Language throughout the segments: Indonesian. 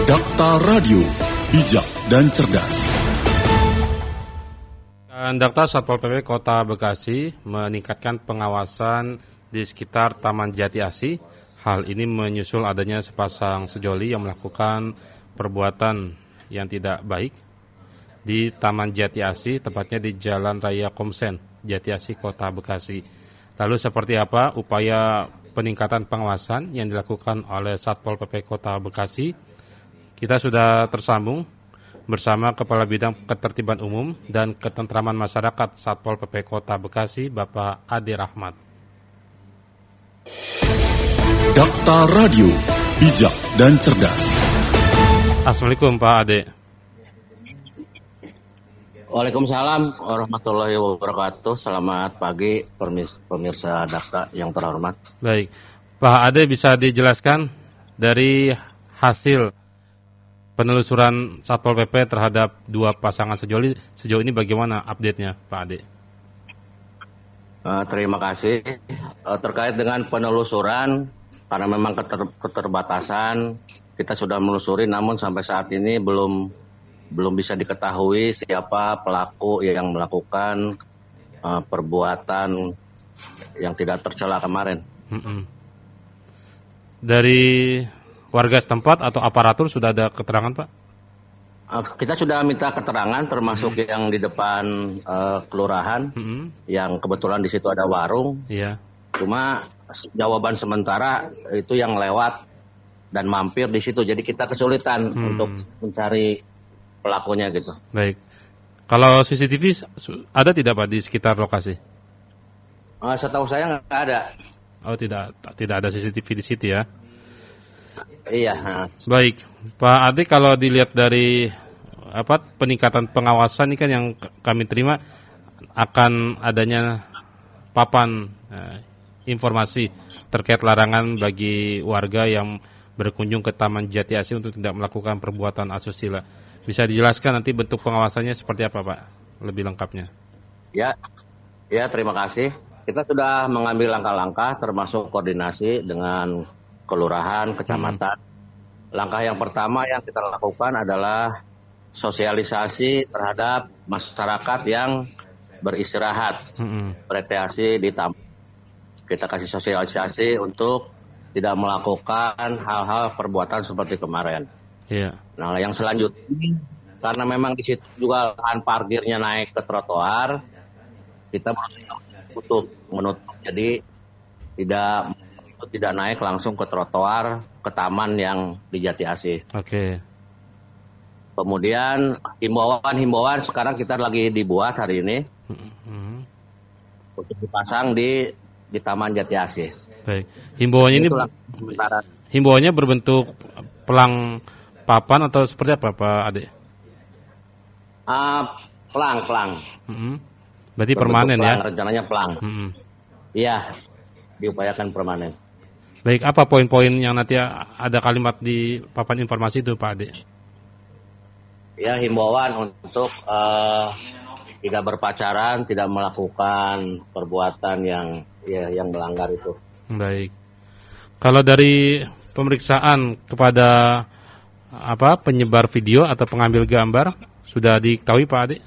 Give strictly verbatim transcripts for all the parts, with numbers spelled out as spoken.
Dakta Radio, bijak dan cerdas. Dakta Satpol P P Kota Bekasi meningkatkan pengawasan di sekitar Taman Jati Asih. Hal ini menyusul adanya sepasang sejoli yang melakukan perbuatan yang tidak baik di Taman Jati Asih, tepatnya di Jalan Raya Komsen, Jati Asih, Kota Bekasi. Lalu seperti apa upaya peningkatan pengawasan yang dilakukan oleh Satpol P P Kota Bekasi? Kita sudah tersambung bersama Kepala Bidang Ketertiban Umum dan Ketentraman Masyarakat Satpol P P Kota Bekasi, Bapak Ade Rahmat. Dakta Radio, bijak dan cerdas. Assalamualaikum Pak Ade. Waalaikumsalam warahmatullahi wabarakatuh. Selamat pagi pemirsa Dakta yang terhormat. Baik, Pak Ade bisa dijelaskan dari hasil penelusuran Satpol P P terhadap dua pasangan sejoli sejauh ini bagaimana update-nya, Pak Ade? Uh, terima kasih. Uh, terkait dengan penelusuran, karena memang keter, keterbatasan, kita sudah menelusuri, namun sampai saat ini belum belum bisa diketahui siapa pelaku yang melakukan uh, perbuatan yang tidak tercela kemarin. Mm-mm. Dari warga setempat atau aparatur sudah ada keterangan, Pak? Uh, kita sudah minta keterangan, termasuk hmm. yang di depan uh, kelurahan, hmm. yang kebetulan di situ ada warung. Yeah. Cuma jawaban sementara itu yang lewat dan mampir di situ, jadi kita kesulitan hmm. untuk mencari pelakunya gitu. Baik. Kalau C C T V ada tidak Pak di sekitar lokasi? Uh, setahu saya nggak ada. Oh tidak, tidak ada C C T V di situ ya? Iya. Baik, Pak Ade, kalau dilihat dari apa peningkatan pengawasan ini kan yang kami terima akan adanya papan eh, informasi terkait larangan bagi warga yang berkunjung ke Taman Jati Asih untuk tidak melakukan perbuatan asusila. Bisa dijelaskan nanti bentuk pengawasannya seperti apa, Pak? Lebih lengkapnya. Ya, ya terima kasih. Kita sudah mengambil langkah-langkah termasuk koordinasi dengan kelurahan, kecamatan. Hmm. Langkah yang pertama yang kita lakukan adalah sosialisasi terhadap masyarakat yang beristirahat, hmm. rekreasi di taman. Kita kasih sosialisasi untuk tidak melakukan hal-hal perbuatan seperti kemarin. Yeah. Nah, yang selanjutnya, karena memang di situ juga lahan parkirnya naik ke trotoar, kita menutup, menutup. Jadi tidak tidak naik langsung ke trotoar, ke taman yang di Jati Asih. Oke. Okay. Kemudian himbauan-himbauan sekarang kita lagi dibuat hari ini mm-hmm. untuk dipasang di di Taman Jati Asih. Baik. Himbauannya ini himbauannya berbentuk pelang papan atau seperti apa, Pak Ade? Uh, pelang, pelang. Mm-hmm. Berarti berbentuk permanen pelang, ya? Rencananya pelang. Mm-hmm. Iya, diupayakan permanen. Baik, apa poin-poin yang nanti ada kalimat di papan informasi itu, Pak Ade? Ya, himbauan untuk uh, tidak berpacaran, tidak melakukan perbuatan yang ya, yang melanggar itu. Baik. Kalau dari pemeriksaan kepada apa penyebar video atau pengambil gambar sudah diketahui, Pak Ade?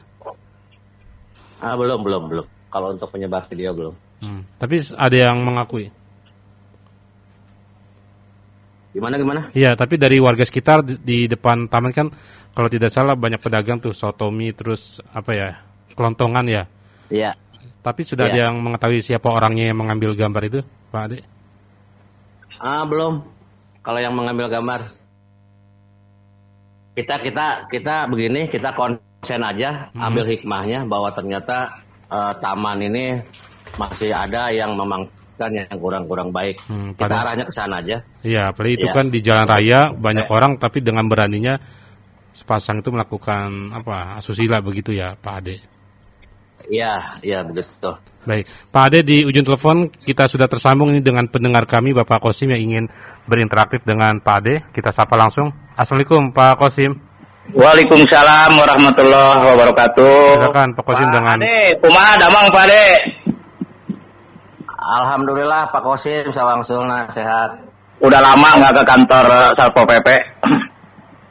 Ah, belum, belum, belum. Kalau untuk penyebar video belum. Hmm. Tapi ada yang mengakui. Gimana gimana? Iya, tapi dari warga sekitar di, di depan taman kan kalau tidak salah banyak pedagang tuh sotomi terus apa ya kelontongan ya. Iya. Tapi sudah ya. Ada yang mengetahui siapa orangnya yang mengambil gambar itu, Pak Ade? Ah belum. Kalau yang mengambil gambar, kita kita kita begini, kita konsen aja, hmm. ambil hikmahnya bahwa ternyata uh, taman ini masih ada yang memang kan yang kurang-kurang baik. Hmm, kita pada, arahnya ke sana aja. Iya, apalagi itu ya. Kan di jalan raya banyak eh. orang tapi dengan beraninya sepasang itu melakukan apa? Asusila begitu ya, Pak Ade. Iya, iya begitu. Baik, Pak Ade di ujung telepon kita sudah tersambung ini dengan pendengar kami Bapak Kosim yang ingin berinteraktif dengan Pak Ade. Kita sapa langsung. Assalamualaikum Pak Kosim. Waalaikumsalam warahmatullahi wabarakatuh. Silakan Pak Kosim dengan. Pak Ade, kumaha damang Pak Ade? Alhamdulillah Pak Kosim, sawangsulna sehat. Udah lama nggak ke kantor Satpol P P?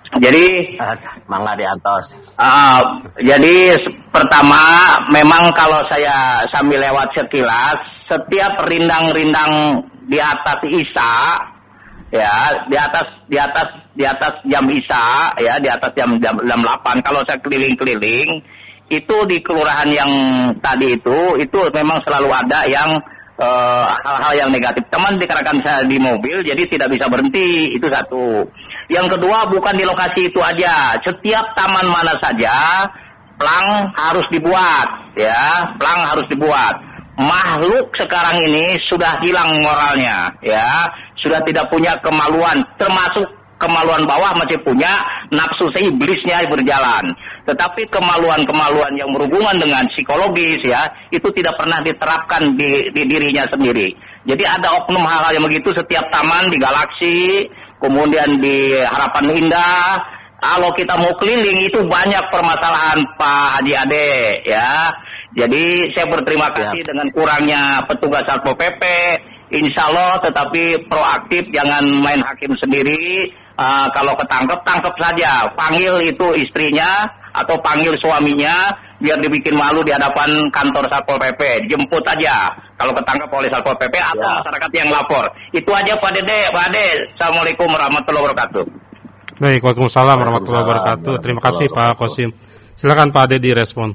Jadi, Uh, Mangga diantos. uh, jadi pertama, memang kalau saya sambil lewat sekilas, setiap rindang-rindang di atas Isya, ya di atas di atas di atas jam Isya, ya di atas jam jam, jam delapan. Kalau saya keliling-keliling, itu di kelurahan yang tadi itu, itu memang selalu ada yang uh, hal-hal yang negatif. Teman dikarenakan saya di mobil, jadi tidak bisa berhenti. Itu satu. Yang kedua, bukan di lokasi itu aja. Setiap taman mana saja, plang harus dibuat, ya, plang harus dibuat. Makhluk sekarang ini sudah hilang moralnya, ya, sudah tidak punya kemaluan, termasuk kemaluan bawah masih punya, nafsu iblisnya berjalan. Tetapi kemaluan-kemaluan yang berhubungan dengan psikologis, ya, itu tidak pernah diterapkan di, di dirinya sendiri. Jadi ada oknum hal-hal yang begitu setiap taman di Galaksi, kemudian di Harapan Indah. Kalau kita mau keliling itu banyak permasalahan Pak Haji Ade, ya. Jadi saya berterima kasih ya. Dengan kurangnya petugas Satpol P P, insya Allah tetapi proaktif, jangan main hakim sendiri. Uh, kalau ketangkep, tangkep saja. Panggil itu istrinya atau panggil suaminya biar dibikin malu di hadapan kantor Satpol P P. Jemput aja kalau ketangkep oleh Satpol P P atau ya. Masyarakat yang lapor. Itu aja Pak Dede. Pak Ade, Assalamualaikum warahmatullahi wabarakatuh. Baik, Waalaikumsalam warahmatullahi wabarakatuh. Terima kasih Pak Kosim. Silakan Pak Ade direspon.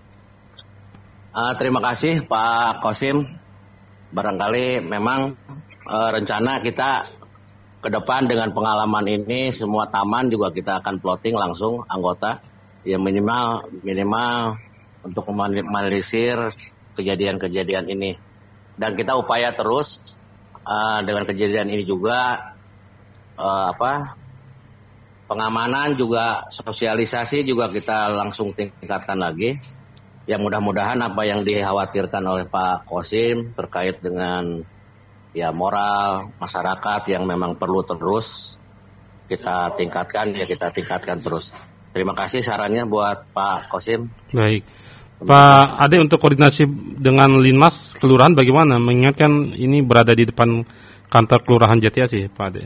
Uh, terima kasih Pak Kosim. Barangkali memang uh, rencana kita ke depan dengan pengalaman ini, semua taman juga kita akan plotting langsung anggota, ya minimal minimal untuk meminimalisir kejadian-kejadian ini. Dan kita upaya terus uh, dengan kejadian ini juga uh, apa pengamanan juga, sosialisasi juga kita langsung tingkatkan lagi. Ya mudah-mudahan apa yang dikhawatirkan oleh Pak Kosim terkait dengan ya moral masyarakat yang memang perlu terus kita tingkatkan, ya kita tingkatkan terus. Terima kasih sarannya buat Pak Kosim. Baik. Pak Ade, untuk koordinasi dengan Linmas Kelurahan bagaimana? Mengingatkan ini berada di depan kantor Kelurahan Jatiasih, Pak Ade.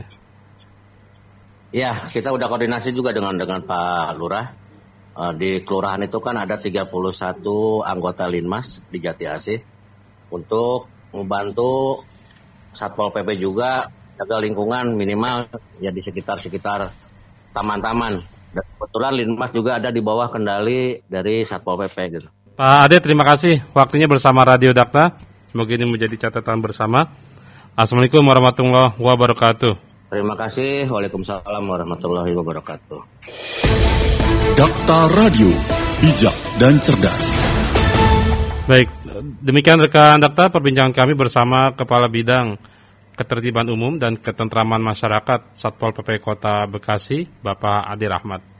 Ya, kita udah koordinasi juga dengan dengan Pak Lurah. Uh, di kelurahan itu kan ada tiga puluh satu anggota Linmas di Jatiasih untuk membantu Satpol P P juga jaga lingkungan minimal ya di sekitar-sekitar taman-taman. Dan kebetulan Linmas juga ada di bawah kendali dari Satpol P P gitu. Pak Ade, terima kasih waktunya bersama Radio Dakta. Semoga ini menjadi catatan bersama. Assalamualaikum warahmatullahi wabarakatuh. Terima kasih. Waalaikumsalam warahmatullahi wabarakatuh. Dakta Radio, bijak dan cerdas. Baik, demikian rekan Dakta perbincangan kami bersama Kepala Bidang Ketertiban Umum dan Ketentraman Masyarakat Satpol P P Kota Bekasi, Bapak Ade Rahmat.